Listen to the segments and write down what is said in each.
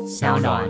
小暖。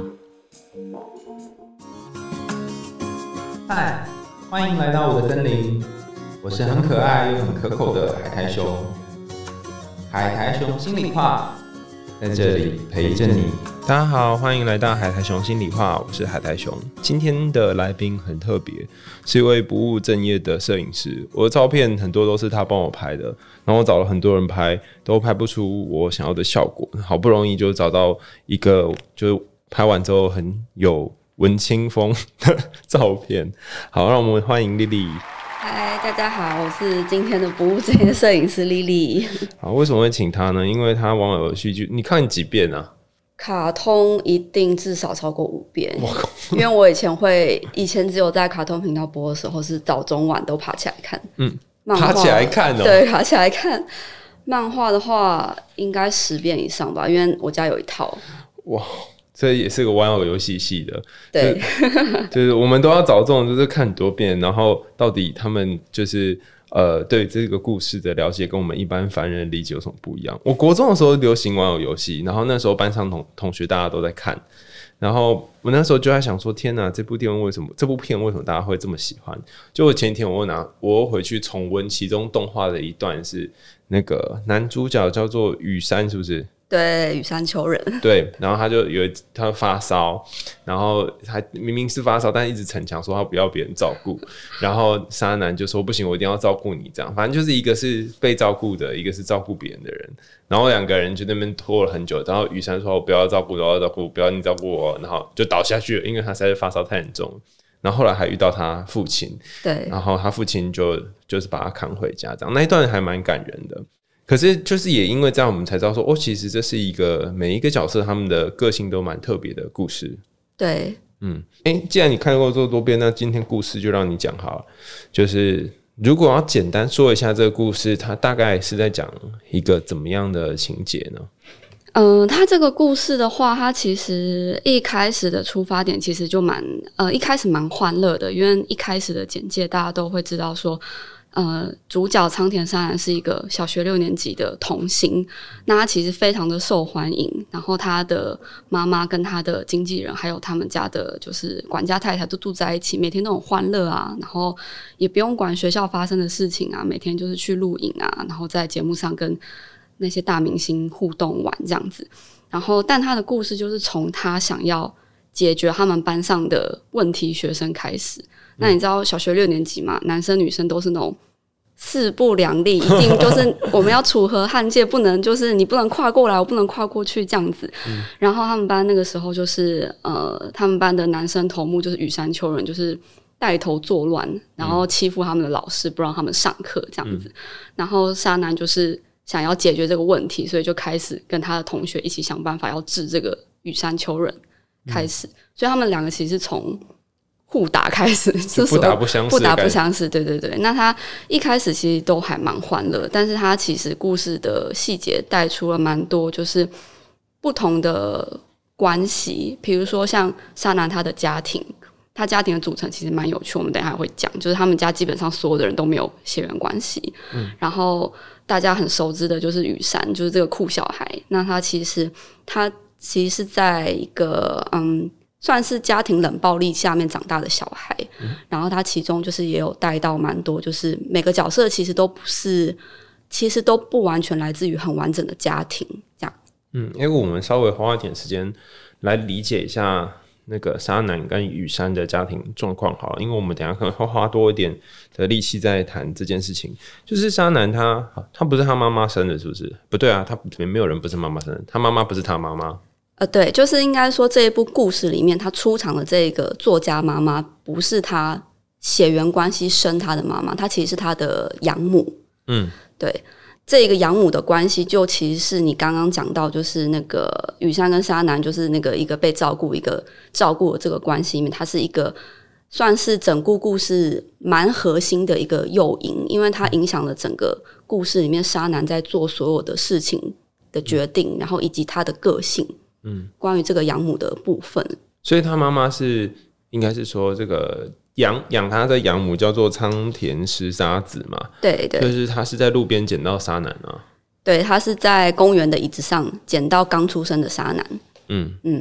嗨，欢迎来到我的森林，我是很可爱又很可口的海苔熊。海苔熊心里话，在这里陪着你。大家好，欢迎来到海苔熊心里话，我是海苔熊。今天的来宾很特别，是一位不务正业的摄影师。我的照片很多都是他帮我拍的，然后我找了很多人拍，都拍不出我想要的效果。好不容易就找到一个，就是拍完之后很有文青风的照片。好，让我们欢迎莉莉。 嗨，大家好，我是今天的不务正业摄影师莉莉。 好，为什么会请她呢？因为她玩偶游戏剧，你看你几遍啊？ 卡通一定至少超过5遍，因为我以前只有在卡通频道播的时候是早中晚都爬起来看。 爬起来看哦。 对，爬起来看。漫画的话应该10遍以上吧，因为我家有一套。 哇，这也是个玩偶游戏系的。 对， 就是我们都要找这种，就是看很多遍，然后到底他们就是对这个故事的了解跟我们一般凡人的理解有什么不一样？我国中的时候流行玩偶游戏，然后那时候班上同学大家都在看，然后我那时候就在想说，天哪，这部片为什么大家会这么喜欢？就我前一天我回去重温其中动画的一段，是那个男主角叫做羽山，是不是？ 对，羽山丘人。 对，然后他发烧，然后他明明是发烧，但一直逞强说他不要别人照顾，然后沙男就说不行，我一定要照顾你，这样，反正就是一个是被照顾的，一个是照顾别人的人，然后2个人就那边拖了很久，然后羽山说我不要照顾，不要你照顾我，然后就倒下去了，因为他实在是发烧太严重了。然后后来还遇到他父亲， 对， 然后他父亲就是把他扛回家，这样那一段还蛮感人的。可是就是也因为这样，我们才知道说，其实这是一个每一个角色他们的个性都蛮特别的故事。 对， 既然你看过这么多遍，那今天故事就让你讲好了。就是如果要简单说一下这个故事，它大概是在讲一个怎么样的情节呢？ 他这个故事的话，他其实一开始的出发点其实就一开始蛮欢乐的，因为一开始的简介大家都会知道说。主角仓田沙男是一个小学6年级的童星，那他其实非常的受欢迎，然后他的妈妈跟他的经纪人还有他们家的就是管家太太都住在一起，每天都很欢乐啊，然后也不用管学校发生的事情啊，每天就是去录影啊，然后在节目上跟那些大明星互动玩这样子。然后但他的故事就是从他想要解决他们班上的问题学生开始。那你知道小学6年级嘛，男生女生都是那种势不两立，一定就是我们要楚河汉界，不能就是你不能跨过来，我不能跨过去这样子。然后他们班那个时候就是他们班的男生头目就是羽山丘人，就是带头作乱，然后欺负他们的老师，不让他们上课这样子。然后沙男就是想要解决这个问题，所以就开始跟他的同学一起想办法要治这个羽山丘人开始。所以他们2个其实是从互打开始， 不打不相识， 不打不相识，对对对。那他一开始其实都还蛮欢乐，但是他其实故事的细节带出了蛮多，就是不同的关系。比如说像沙男他的家庭，他家庭的组成其实蛮有趣，我们等一下会讲，就是他们家基本上所有的人都没有血缘关系。然后大家很熟知的就是羽山，就是这个酷小孩。那他其实是在一个算是家庭冷暴力下面长大的小孩，然后他其中就是也有带到蛮多，就是每个角色其实都不完全来自于很完整的家庭这样。 我们稍微花一点时间来理解一下那个沙男跟羽山的家庭状况好了，因为我们等一下可能会花多一点的力气在谈这件事情。就是沙男他不是他妈妈生的，是不是？不对啊，他没有人不是妈妈生的，他妈妈不是他妈妈。 对，就是应该说这一部故事里面，他出场的这个作家妈妈不是他血缘关系生他的妈妈，他其实是他的养母。对，这个养母的关系就其实是你刚刚讲到，就是那个羽山跟沙男，就是那个一个被照顾，一个照顾的这个关系里面，它是一个算是整部故事蛮核心的一个诱因，因为它影响了整个故事里面沙男在做所有的事情的决定，然后以及他的个性。关于这个养母的部分， 所以他妈妈应该是说这个养他的养母叫做仓田石沙子嘛， 对对， 就是他是在路边捡到沙男啊， 对，他是在公园的椅子上捡到刚出生的沙男。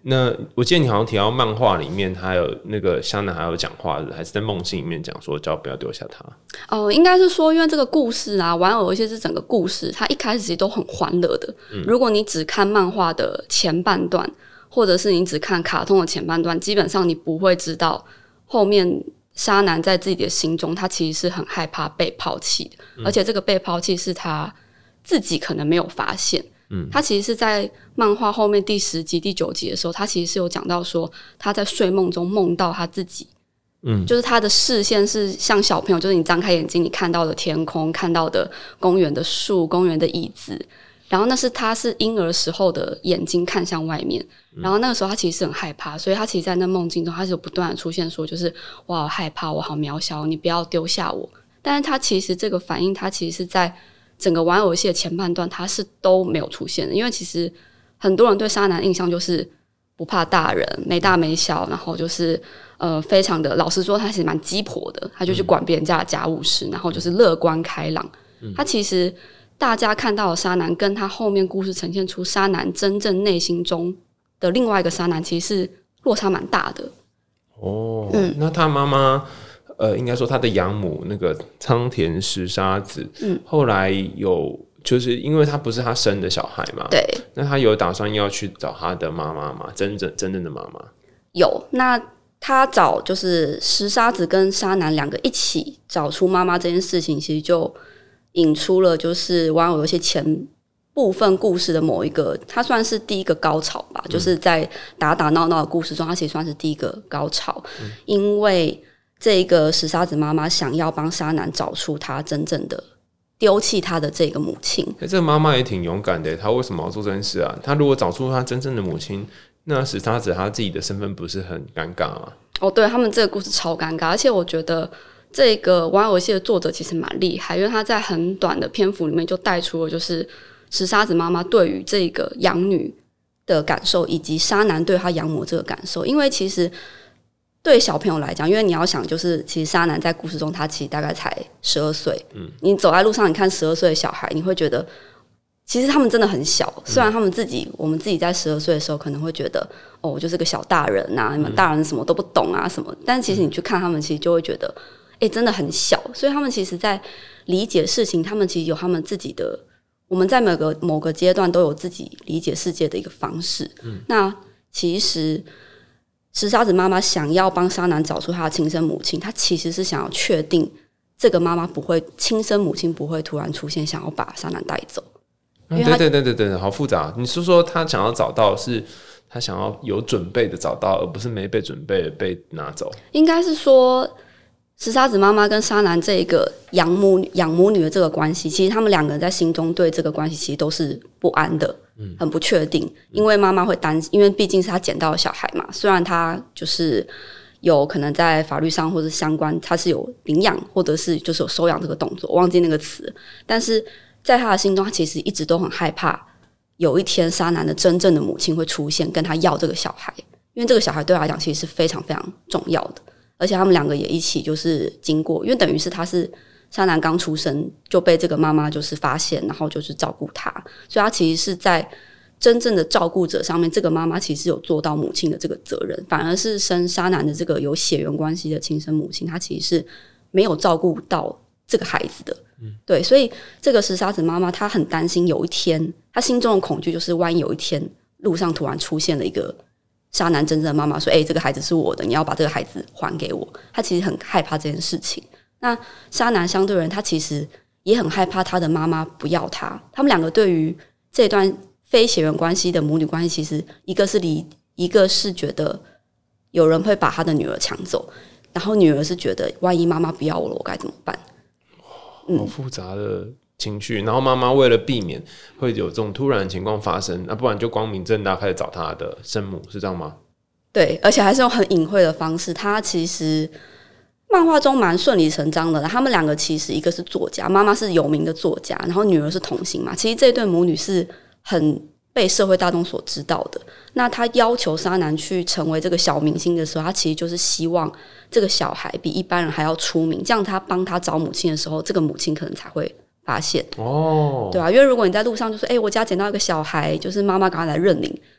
那我记得你好像提到漫画里面，还有那个沙男还有讲话的，还是在梦境里面讲说叫不要丢下他。 应该是说，因为这个故事啊，玩偶游戏是整个故事，它一开始其实都很欢乐的。如果你只看漫画的前半段，或者是你只看卡通的前半段，基本上你不会知道后面沙男在自己的心中，他其实是很害怕被抛弃的，而且这个被抛弃是他自己可能没有发现。他其实是在漫画后面第10集、第9集的时候，他其实是有讲到说他在睡梦中梦到他自己，就是他的视线是像小朋友，就是你张开眼睛你看到的天空，看到的公园的树、公园的椅子，然后那是他是婴儿时候的眼睛看向外面，然后那个时候他其实是很害怕，所以他其实在那梦境中他是有不断的出现说就是我好害怕，我好渺小，你不要丢下我。但是他其实这个反应他其实是在整个玩偶游戏的前半段他是都没有出现的，因为其实很多人对沙男印象就是不怕大人，没大没小，然后就是非常的老实说他其实蛮鸡婆的，他就去管别人家的家务事，然后就是乐观开朗。他其实大家看到的沙男跟他后面故事呈现出沙男真正内心中的另外一个沙男其实是落差蛮大的。 那他妈妈应该说他的养母那个仓田石沙子，后来有就是因为他不是他生的小孩嘛， 对， 那他有打算要去找他的妈妈吗？真正的妈妈有。那他找就是石沙子跟沙男两个一起找出妈妈这件事情，其实就引出了就是玩偶游戏前部分故事的某一个，它算是第一个高潮吧，就是在打打闹闹的故事中，它其实算是第一个高潮，因为这个石沙子妈妈想要帮沙男找出他真正的丢弃他的这个母亲。 这个妈妈也挺勇敢的，她为什么要做这件事啊？她如果找出她真正的母亲，那石沙子她自己的身份不是很尴尬吗？ 对，他们这个故事超尴尬，而且我觉得这个玩偶游戏的作者其实蛮厉害，因为他在很短的篇幅里面就带出了就是石沙子妈妈对于这个养女的感受，以及沙男对他养母这个感受。因为其实对小朋友来讲，因为你要想就是其实沙男在故事中他其实大概才12岁，你走在路上你看12岁的小孩，你会觉得其实他们真的很小，虽然他们我们自己在12岁的时候可能会觉得我就是个小大人啊，你们大人什么都不懂啊什么，但其实你去看他们其实就会觉得真的很小，所以他们其实在理解事情，他们其实有他们自己的，我们在某个阶段都有自己理解世界的一个方式。那其实石沙子妈妈想要帮沙男找出他的亲生母亲，她其实是想要确定这个妈妈不会，亲生母亲不会突然出现想要把沙男带走。 对，好复杂。你是说他想要找到，是他想要有准备的找到，而不是没被准备的被拿走？ 应该是说石沙子妈妈跟沙男这个养母女的这个关系，其实他们两个人在心中对这个关系其实都是不安的，很不确定。因为妈妈会担心，因为毕竟是他捡到的小孩嘛，虽然他就是有可能在法律上或者相关他是有领养或者是就是有收养这个动作，我忘记那个词，但是在他的心中他其实一直都很害怕有一天沙男的真正的母亲会出现跟他要这个小孩，因为这个小孩对他来讲其实是非常非常重要的，而且他们两个也一起就是经过，因为等于是他是沙男刚出生就被这个妈妈就是发现，然后就是照顾他，所以他其实是在真正的照顾者上面，这个妈妈其实有做到母亲的这个责任，反而是生沙男的这个有血缘关系的亲生母亲，她其实是没有照顾到这个孩子的。对，所以这个石沙子妈妈她很担心有一天，她心中的恐惧就是万一有一天路上突然出现了一个沙男真正的妈妈说这个孩子是我的，你要把这个孩子还给我，她其实很害怕这件事情。那沙男相对人他其实也很害怕他的妈妈不要他，他们两个对于这段非血缘关系的母女关系，其实一个是觉得有人会把他的女儿抢走，然后女儿是觉得万一妈妈不要我了我该怎么办。 好复杂的情绪，然后妈妈为了避免会有这种突然的情况发生，不然就光明正大开始找她的生母，是这样吗？ 对，而且还是用很隐晦的方式。他其实漫画中蛮顺理成章的，他们两个其实一个是作家，妈妈是有名的作家，然后女儿是童星嘛，其实这对母女是很被社会大众所知道的。那他要求沙男去成为这个小明星的时候，他其实就是希望这个小孩比一般人还要出名，这样他帮他找母亲的时候，这个母亲可能才会发现。对啊，因为如果你在路上就说我家捡到一个小孩，就是妈妈赶快来认领，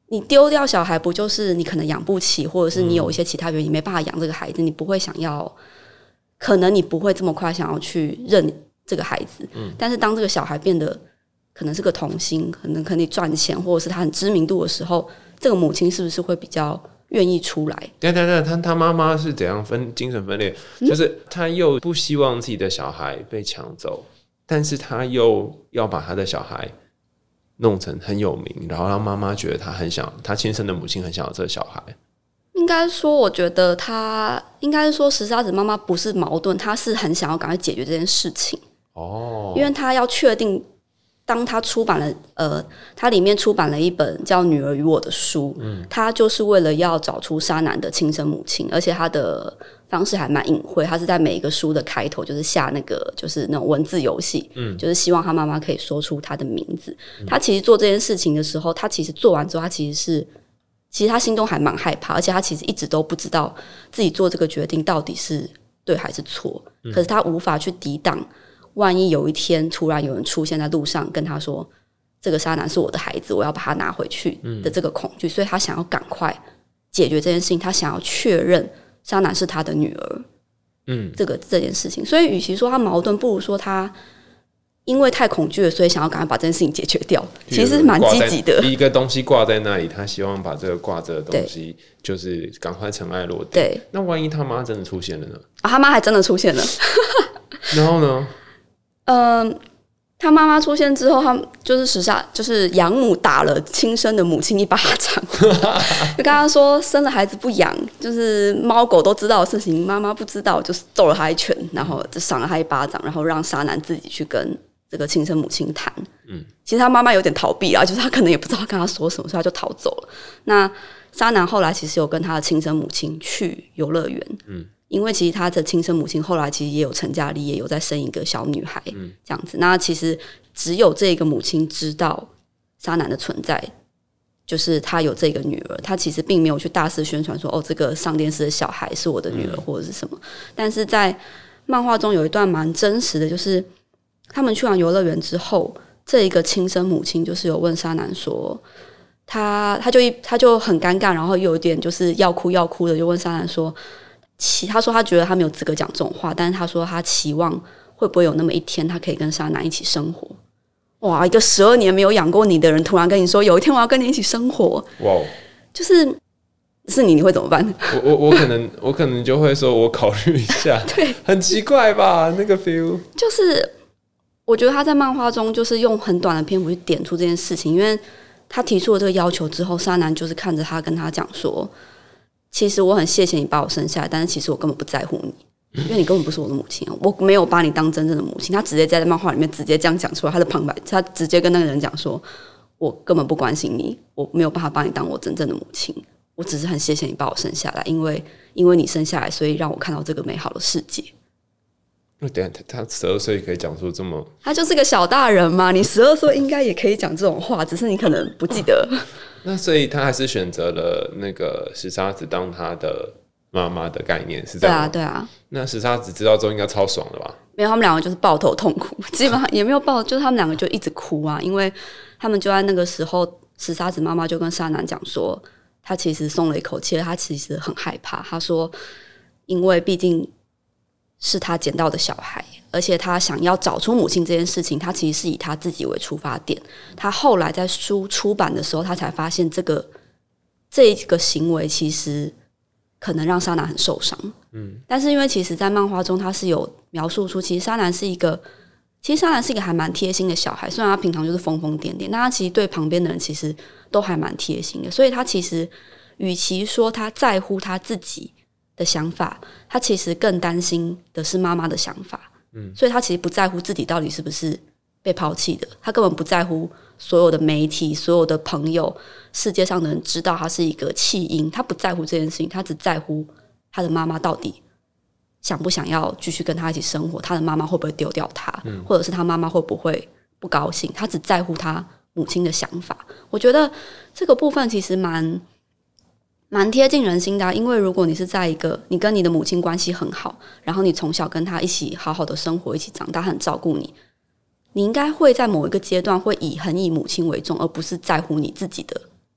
你丢掉小孩不就是你可能养不起，或者是你有一些其他原因没办法养这个孩子，你不会想要，可能你不会这么快想要去认这个孩子，但是当这个小孩变得可能是个童星，可能可以赚钱，或者是他很知名度的时候，这个母亲是不是会比较愿意出来？ 对，他妈妈是怎样精神分裂？就是他又不希望自己的小孩被抢走，但是他又要把他的小孩弄成很有名，然后让妈妈觉得他亲生的母亲很想要这个小孩。 应该说，我觉得他应该说石沙子妈妈不是矛盾，她是很想要赶快解决这件事情。因为她要确定，当她出版了她里面出版了一本叫《女儿与我》的书，她就是为了要找出沙男的亲生母亲，而且她的方式还蛮隐晦，她是在每一个书的开头就是下那个就是那种文字游戏，就是希望她妈妈可以说出她的名字。她其实做这件事情的时候，她其实做完之后，她其实她心中还蛮害怕，而且她其实一直都不知道自己做这个决定到底是对还是错，可是她无法去抵挡万一有一天突然有人出现在路上跟她说这个沙男是我的孩子，我要把他拿回去的这个恐惧，所以她想要赶快解决这件事情，她想要确认沙男是她的女儿，这件事情。所以与其说她矛盾，不如说她因为太恐惧了，所以想要赶快把这件事情解决掉，其实蛮积极的。 一个东西挂在那里，他希望把这个挂着的东西就是赶快尘埃落定。对，那万一他妈真的出现了呢？ 他妈还真的出现了。 然后呢？ 他妈妈出现之后，他就是养母打了亲生的母亲一巴掌，就跟他说生了孩子不养，就是猫狗都知道的事情，妈妈不知道，就是揍了他一拳，然后就赏了他一巴掌，然后让沙男自己去跟这个亲生母亲谈。其实他妈妈有点逃避啦，就是他可能也不知道跟他说什么，所以他就逃走了。那沙男后来其实有跟他的亲生母亲去游乐园，因为其实他的亲生母亲后来其实也有成家立业，有在生一个小女孩，这样子。那其实只有这个母亲知道沙男的存在，就是他有这个女儿，他其实并没有去大肆宣传说这个上电视的小孩是我的女儿或者是什么。但是在漫画中有一段蛮真实的，就是他们去完游乐园之后，这一个亲生母亲就是有问沙男说，他就很尴尬，然后有一点就是要哭的，就问沙男说。他说他觉得他没有资格讲这种话，但是他说他期望会不会有那么一天他可以跟沙男一起生活。哇，一个12年没有养过你的人突然跟你说有一天我要跟你一起生活，哇，就是你会怎么办？ 我可能就会说我考虑一下。对，很奇怪吧那个 feel。就是我觉得他在漫画中就是用很短的篇幅去点出这件事情，因为他提出了这个要求之后，沙男就是看着他跟他讲说，其实我很谢谢你把我生下来，但是其实我根本不在乎你，因为你根本不是我的母亲，我没有把你当真正的母亲。他直接在漫画里面直接这样讲出来，他的旁白，他直接跟那个人讲说，我根本不关心你，我没有办法把你当我真正的母亲，我只是很谢谢你把我生下来，因为你生下来，所以让我看到这个美好的世界。 等一下，他12岁可以讲出这么， 他就是个小大人嘛，你12岁应该也可以讲这种话，只是你可能不记得。 那所以他还是选择了那个石沙子当他的妈妈的概念，是这样吗？ 对啊。 那石沙子知道之后应该超爽的吧？ 没有，他们两个就是抱头痛哭，基本上也没有抱，就是他们两个就一直哭啊，因为他们就在那个时候，石沙子妈妈就跟沙男讲说，他其实松了一口气，他其实很害怕。他说，因为毕竟是他捡到的小孩，而且他想要找出母亲这件事情，他其实是以他自己为出发点。他后来在书出版的时候，他才发现这个行为其实可能让沙男很受伤。但是因为其实在漫画中他是有描述出，其实沙男是一个还蛮贴心的小孩，虽然他平常就是疯疯癫癫，但他其实对旁边的人其实都还蛮贴心的。所以他其实与其说他在乎他自己的想法，他其实更担心的是妈妈的想法。所以他其实不在乎自己到底是不是被抛弃的，他根本不在乎所有的媒体、所有的朋友、世界上的人知道他是一个弃婴，他不在乎这件事情，他只在乎他的妈妈到底想不想要继续跟他一起生活，他的妈妈会不会丢掉他，或者是他妈妈会不会不高兴，他只在乎他母亲的想法。我觉得这个部分其实蛮贴近人心的因为如果你是在一个你跟你的母亲关系很好，然后你从小跟她一起好好的生活，一起长大，很照顾你，你应该会在某一个阶段会很以母亲为重，而不是在乎你自己的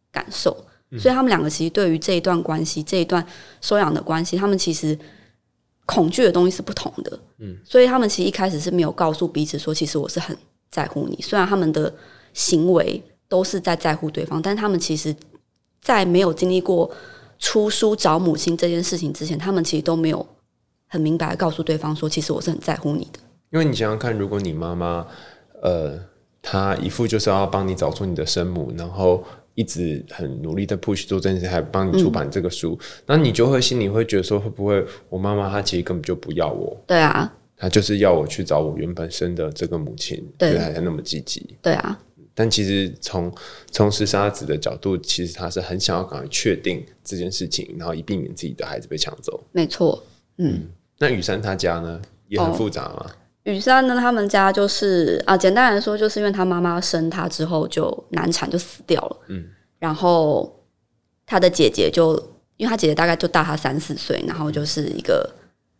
感受，所以他们两个其实对于这一段关系，这一段收养的关系，他们其实恐惧的东西是不同的。所以他们其实一开始是没有告诉彼此说，其实我是很在乎你。虽然他们的行为都是在乎对方，但是他们其实在没有经历过出书找母亲这件事情之前，他们其实都没有很明白的告诉对方说，其实我是很在乎你的。 因为你想想看，如果你妈妈她一副就是要帮你找出你的生母，然后一直很努力的 push 做这件事，还帮你出版这个书，那你就会心里会觉得说，会不会我妈妈她其实根本就不要我？ 对啊， 她就是要我去找我原本生的这个母亲，所以她才那么积极。 对啊， 但其实从石沙子的角度，其实她是很想要赶快确定这件事情，然后以避免自己的孩子被抢走。 没错。 那雨珊她家呢也很复杂吗？ 雨珊呢，他们家就是简单来说，就是因为他妈妈生他之后就难产就死掉了。然后他的姐姐就，因为他姐姐大概就大他3-4岁，然后就是一个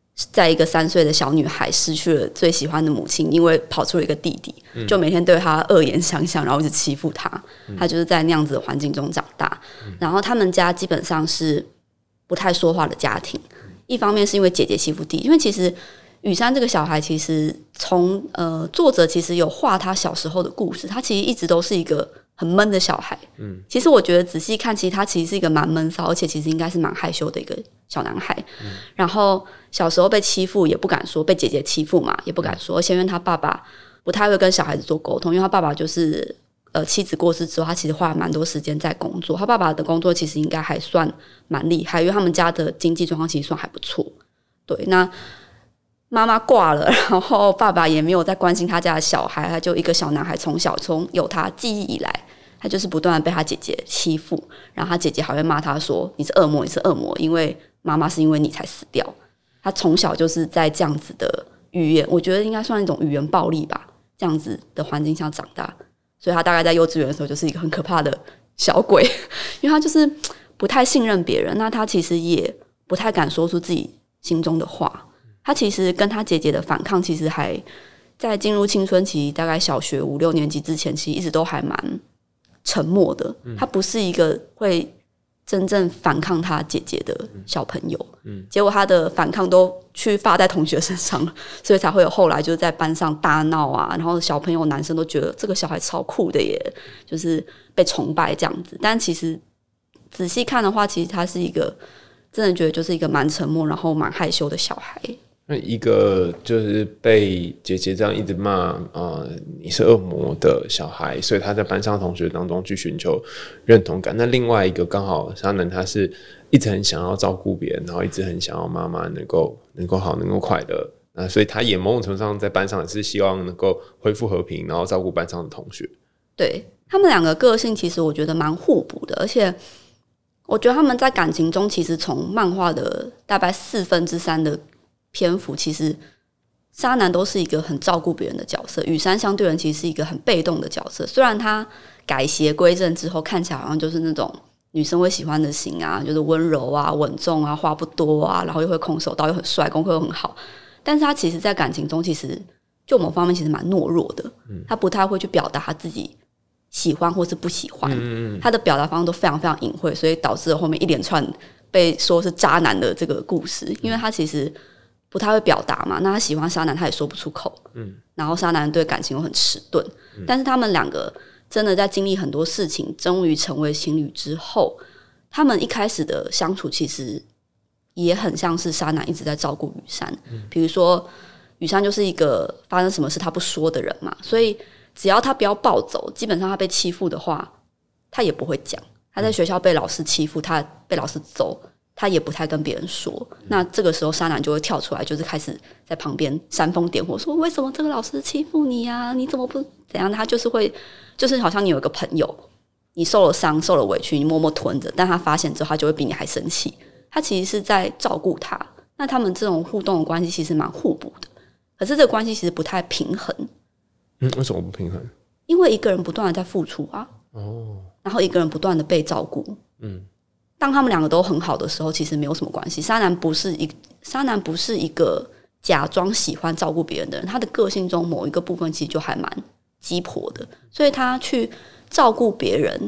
3岁的小女孩失去了最喜欢的母亲，因为跑出了一个弟弟，就每天对他恶言相向，然后一直欺负他。他就是在那样子的环境中长大。然后他们家基本上是不太说话的家庭，一方面是因为姐姐欺负弟，因为其实雨珊这个小孩，其实从作者其实有画他小时候的故事，他其实一直都是一个很闷的小孩。其实我觉得仔细看，其实他其实是一个蛮闷骚，而且其实应该是蛮害羞的一个小男孩。然后小时候被欺负也不敢说，被姐姐欺负嘛也不敢说，而且因为他爸爸不太会跟小孩子做沟通，因为他爸爸就是妻子过世之后，他其实花了蛮多时间在工作。他爸爸的工作其实应该还算蛮厉害，因为他们家的经济状况其实算还不错。对，那妈妈挂了，然后爸爸也没有在关心他家的小孩，他就一个小男孩，从小从有他记忆以来，他就是不断的被他姐姐欺负，然后他姐姐还会骂他说你是恶魔，你是恶魔，因为妈妈是因为你才死掉。他从小就是在这样子的语言，我觉得应该算一种语言暴力吧，这样子的环境下长大，所以他大概在幼稚园的时候就是一个很可怕的小鬼，因为他就是不太信任别人，那他其实也不太敢说出自己心中的话。他其实跟他姐姐的反抗，其实还在进入青春期，大概小学5-6年级之前，其实一直都还蛮沉默的。他不是一个会真正反抗他姐姐的小朋友。结果他的反抗都去发在同学身上了，所以才会有后来就是在班上大闹啊，然后小朋友男生都觉得这个小孩超酷的耶，就是被崇拜这样子。但其实仔细看的话，其实他是一个真的觉得就是一个蛮沉默，然后蛮害羞的小孩。 那一个就是被姐姐这样一直骂你是恶魔的小孩，所以他在班上同学当中去寻求认同感。那另外一个刚好沙男他是一直很想要照顾别人，然后一直很想要妈妈能够好，能够快乐，所以他也某种程度上在班上也是希望能够恢复和平，然后照顾班上的同学。 对，他们两个个性其实我觉得蛮互补的，而且我觉得他们在感情中其实从漫画的大概3/4的篇幅，其实沙男都是一个很照顾别人的角色，雨珊相对人其实是一个很被动的角色。虽然他改邪归正之后看起来好像就是那种女生会喜欢的型啊，就是温柔啊、稳重啊、话不多啊，然后又会空手道，又很帅，功课又很好，但是他其实在感情中其实就某方面其实蛮懦弱的。他不太会去表达他自己喜欢或是不喜欢，他的表达方式都非常非常隐晦，所以导致了后面一连串被说是渣男的这个故事。因为他其实不太会表达嘛，那他喜欢沙男他也说不出口，然后沙男对感情又很迟钝，但是他们两个真的在经历很多事情终于成为情侣之后，他们一开始的相处其实也很像是沙男一直在照顾雨珊。比如说雨珊就是一个发生什么事他不说的人嘛，所以只要他不要暴走，基本上他被欺负的话他也不会讲，他在学校被老师欺负，他被老师揍，他也不太跟别人说。那这个时候沙男就会跳出来，就是开始在旁边煽风点火，说为什么这个老师欺负你啊，你怎么不怎样。他就是会就是好像你有一个朋友，你受了伤受了委屈，你默默吞着，但他发现之后他就会比你还生气。他其实是在照顾他，那他们这种互动的关系其实蛮互补的，可是这个关系其实不太平衡。 为什么不平衡？ 因为一个人不断的在付出啊，然后一个人不断的被照顾。当他们两个都很好的时候，其实没有什么关系。沙男不是一个假装喜欢照顾别人的人，他的个性中某一个部分其实就还蛮鸡婆的，所以他去照顾别人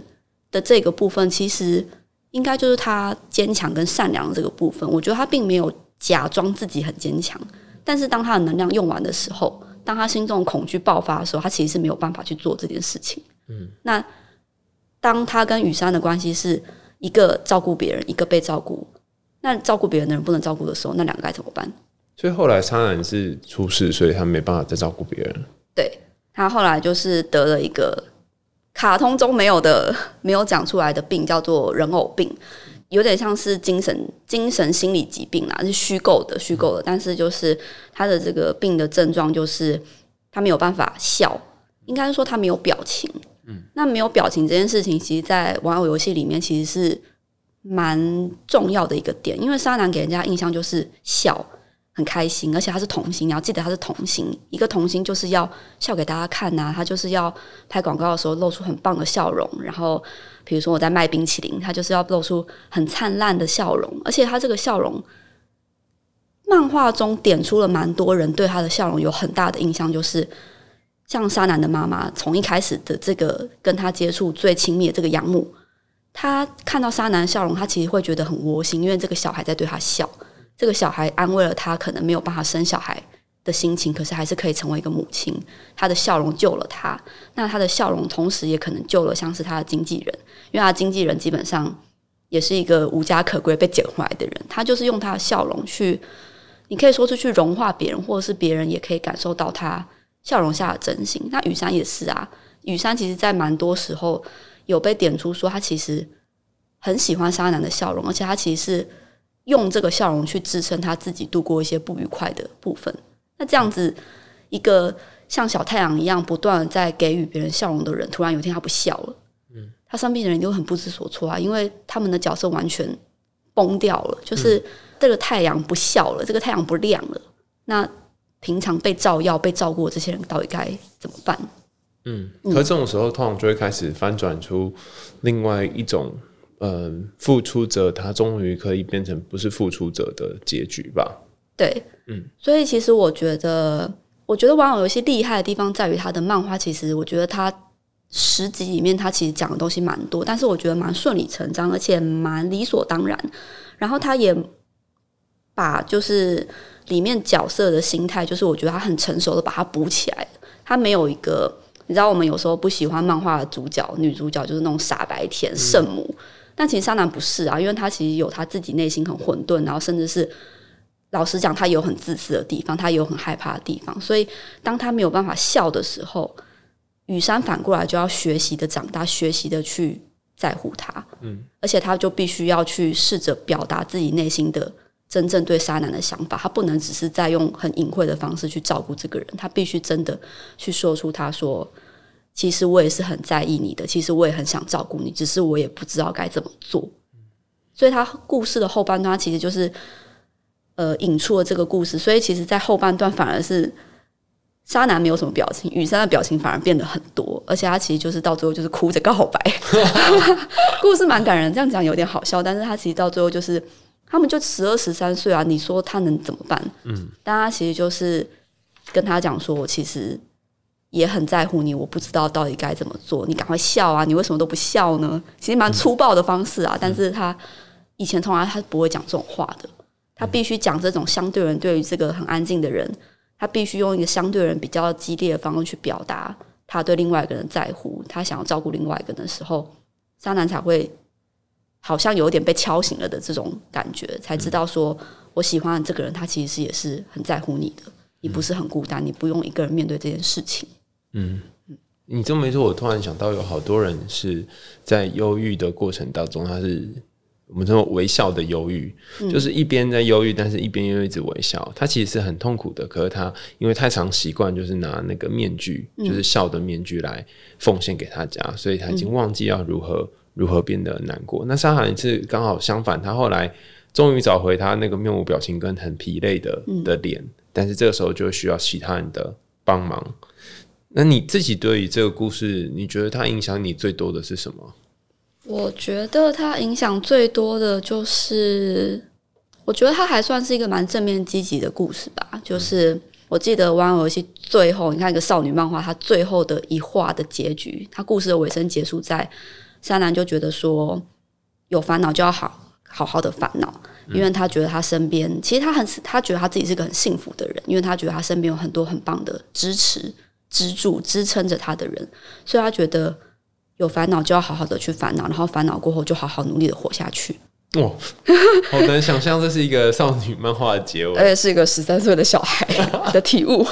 的这个部分，其实应该就是他坚强跟善良的这个部分。我觉得他并没有假装自己很坚强，但是当他的能量用完的时候，当他心中的恐惧爆发的时候，他其实是没有办法去做这件事情。那当他跟雨山的关系是一个照顾别人，一个被照顾，那照顾别人的人不能照顾的时候，那两个该怎么办？ 所以后来沙男是出事，所以他没办法再照顾别人。对， 他后来就是得了一个卡通中没有讲出来的病，叫做人偶病，有点像是精神心理疾病啦，是虚构的。但是就是他的这个病的症状就是他没有办法笑，应该说他没有表情。那没有表情这件事情，其实在玩偶游戏里面其实是蛮重要的一个点，因为沙男给人家印象就是笑很开心，而且他是童星，你要记得他是童星，一个童星就是要笑给大家看啊，他就是要拍广告的时候露出很棒的笑容，然后比如说我在卖冰淇淋，他就是要露出很灿烂的笑容，而且他这个笑容漫画中点出了蛮多人对他的笑容有很大的印象，就是像沙男的妈妈从一开始的这个跟他接触最亲密的这个养母，他看到沙男的笑容，他其实会觉得很窝心，因为这个小孩在对他笑，这个小孩安慰了他可能没有办法生小孩的心情，可是还是可以成为一个母亲，他的笑容救了他，那他的笑容同时也可能救了像是他的经纪人，因为他的经纪人基本上也是一个无家可归被捡回来的人，他就是用他的笑容去，你可以说是去融化别人，或者是别人也可以感受到他笑容下的真心。那雨山也是啊，雨山其实在蛮多时候有被点出说他其实很喜欢沙男的笑容，而且他其实是用这个笑容去支撑他自己度过一些不愉快的部分。那这样子一个像小太阳一样不断的在给予别人笑容的人，突然有一天他不笑了，他身边的人就很不知所措啊，因为他们的角色完全崩掉了，就是这个太阳不笑了，这个太阳不亮了，那平常被照耀被照顾的这些人到底该怎么办？ 可是这种时候通常就会开始翻转出另外一种付出者他终于可以变成不是付出者的结局吧。 对，所以其实我觉得玩偶游戏厉害的地方在于他的漫画，其实我觉得他10集里面他其实讲的东西蛮多，但是我觉得蛮顺理成章，而且蛮理所当然，然后他也把就是里面角色的心态，就是我觉得他很成熟的把它补起来，他没有一个，你知道我们有时候不喜欢漫画的主角女主角就是那种傻白甜圣母，但其实沙男不是啊，因为他其实有他自己内心很混沌，然后甚至是老实讲他有很自私的地方，他有很害怕的地方，所以当他没有办法笑的时候，雨山反过来就要学习的长大，学习的去在乎他，而且他就必须要去试着表达自己内心的真正对沙男的想法，他不能只是在用很隐晦的方式去照顾这个人，他必须真的去说出他说其实我也是很在意你的，其实我也很想照顾你，只是我也不知道该怎么做。所以他故事的后半段他其实就是引出了这个故事，所以其实在后半段反而是沙男没有什么表情，雨山的表情反而变得很多，而且他其实就是到最后就是哭着告白故事蛮感人，这样讲有点好笑，但是他其实到最后就是他们就12、13岁啊，你说他能怎么办？但他其实就是跟他讲说，我其实也很在乎你，我不知道到底该怎么做，你赶快笑啊，你为什么都不笑呢？其实蛮粗暴的方式啊，但是他以前从来他不会讲这种话的，他必须讲这种相对人对于这个很安静的人，他必须用一个相对人比较激烈的方式去表达他对另外一个人在乎，他想要照顾另外一个人的时候，沙男才会好像有点被敲醒了的这种感觉，才知道说我喜欢的这个人他其实也是很在乎你的，你不是很孤单，你不用一个人面对这件事情。 你这么一说，我突然想到有好多人是在忧郁的过程当中，他是我们说微笑的忧郁，就是一边在忧郁，但是一边又一直微笑，他其实是很痛苦的，可是他因为太常习惯就是拿那个面具，就是笑的面具来奉献给他家，所以他已经忘记要如何变得难过。那沙海是刚好相反，他后来终于找回他那个面无表情跟很疲累的脸，但是这个时候就需要其他人的帮忙。那你自己对于这个故事，你觉得它影响你最多的是什么？ 我觉得它影响最多的就是，我觉得它还算是一个蛮正面积极的故事吧。就是我记得玩偶游戏最后，你看一个少女漫画，它最后的一话的结局，它故事的尾声结束在沙男就觉得说有烦恼就要好好的烦恼，因为他觉得他身边其实他觉得他自己是个很幸福的人，因为他觉得他身边有很多很棒的支持支柱支撑着他的人，所以他觉得有烦恼就要好好的去烦恼，然后烦恼过后就好好努力的活下去。 哇，好难想象这是一个少女漫画的结尾， 而且是一个13岁的小孩的体悟。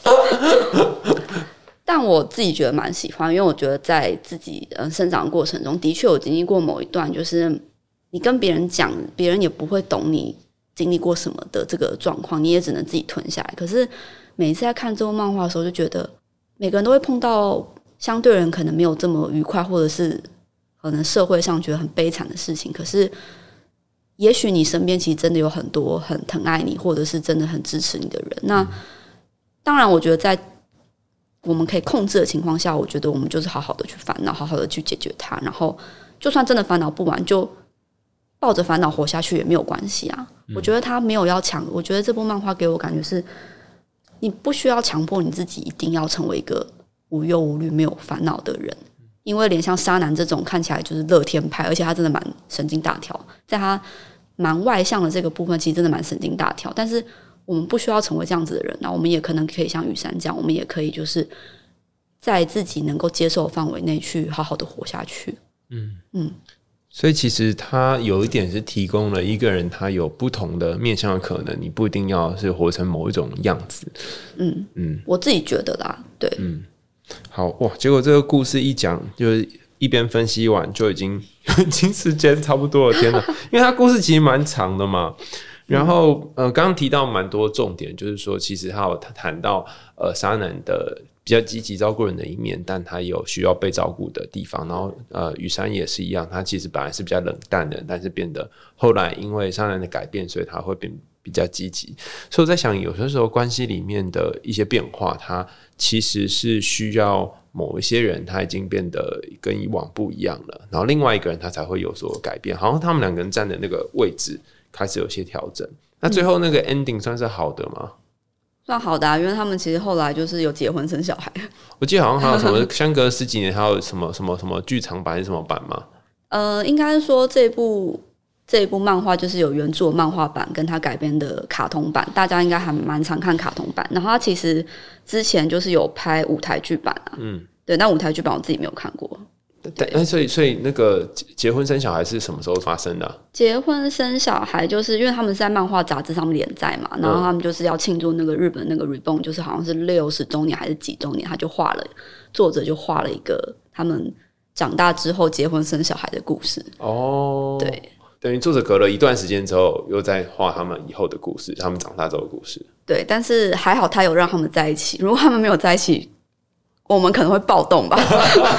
但我自己觉得蛮喜欢，因为我觉得在自己生长的过程中的确有经历过某一段，就是你跟别人讲，别人也不会懂你经历过什么的这个状况，你也只能自己吞下来。可是每一次在看这部漫画的时候，就觉得每个人都会碰到相对人可能没有这么愉快，或者是可能社会上觉得很悲惨的事情，可是也许你身边其实真的有很多很疼爱你，或者是真的很支持你的人。那当然我觉得在我们可以控制的情况下，我觉得我们就是好好的去烦恼，好好的去解决它，然后就算真的烦恼不完，就抱着烦恼活下去也没有关系啊。我觉得他没有要强，我觉得这部漫画给我感觉是你不需要强迫你自己一定要成为一个无忧无虑没有烦恼的人，因为连像沙男这种看起来就是乐天派，而且他真的蛮神经大条，在他蛮外向的这个部分其实真的蛮神经大条，但是我们不需要成为这样子的人，那我们也可能可以像雨山这样，我们也可以就是在自己能够接受的范围内去好好的活下去。 所以其实他有一点是提供了一个人他有不同的面向的可能，你不一定要是活成某一种样子。我自己觉得啦，对。好哇，结果这个故事一讲，就是一边分析完就已经时间差不多了，天哪！因为他故事其实蛮长的嘛。然后刚刚提到蛮多重点，就是说其实他有谈到沙男的比较积极照顾人的一面，但他有需要被照顾的地方。然后雨山也是一样，他其实本来是比较冷淡的，但是变得后来因为沙男的改变，所以他会变比较积极。所以我在想，有些时候关系里面的一些变化，它其实是需要某一些人他已经变得跟以往不一样了，然后另外一个人他才会有所改变，好像他们两个人站的那个位置开始有些调整。那最后那个 ending 算是好的吗？ 算好的啊，因为他们其实后来就是有结婚生小孩。 我记得好像还有什么相隔10几年还有什么剧场版还是什么版吗？ 应该是说这一部漫画就是有原著的漫画版跟它改编的卡通版，大家应该还蛮常看卡通版。然后它其实之前就是有拍舞台剧版啊，对，那舞台剧版我自己没有看过。 对，所以那个结婚生小孩是什么时候发生的啊？ 结婚生小孩就是因为他们是在漫画杂志上面连载嘛，然后他们就是要庆祝那个日本那个 Reborn， 就是好像是60周年还是几周年，他就作者就画了一个他们长大之后结婚生小孩的故事。哦，对， 等于作者隔了一段时间之后又在画他们以后的故事，他们长大之后的故事。 对，但是还好他有让他们在一起，如果他们没有在一起我们可能会暴动吧。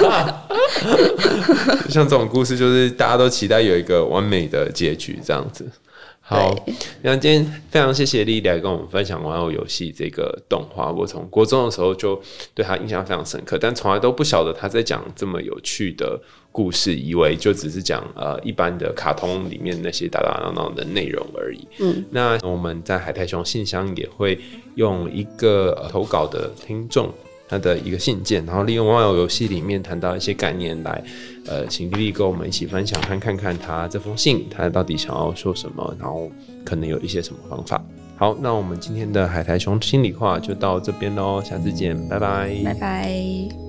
像这种故事就是大家都期待有一个完美的结局这样子。好，那今天非常谢谢莉莉来跟我们分享玩偶游戏这个动画，我从国中的时候就对他印象非常深刻，但从来都不晓得他在讲这么有趣的故事，以为就只是讲一般的卡通里面那些打打闹闹的内容而已。那我们在海苔熊信箱也会用一个投稿的听众他的一个信件，然后利用玩偶游戏里面谈到一些概念来请莉莉跟我们一起分享看看他这封信他到底想要说什么，然后可能有一些什么方法。好，那我们今天的海苔熊心里话就到这边咯，下次见，拜拜， 拜拜。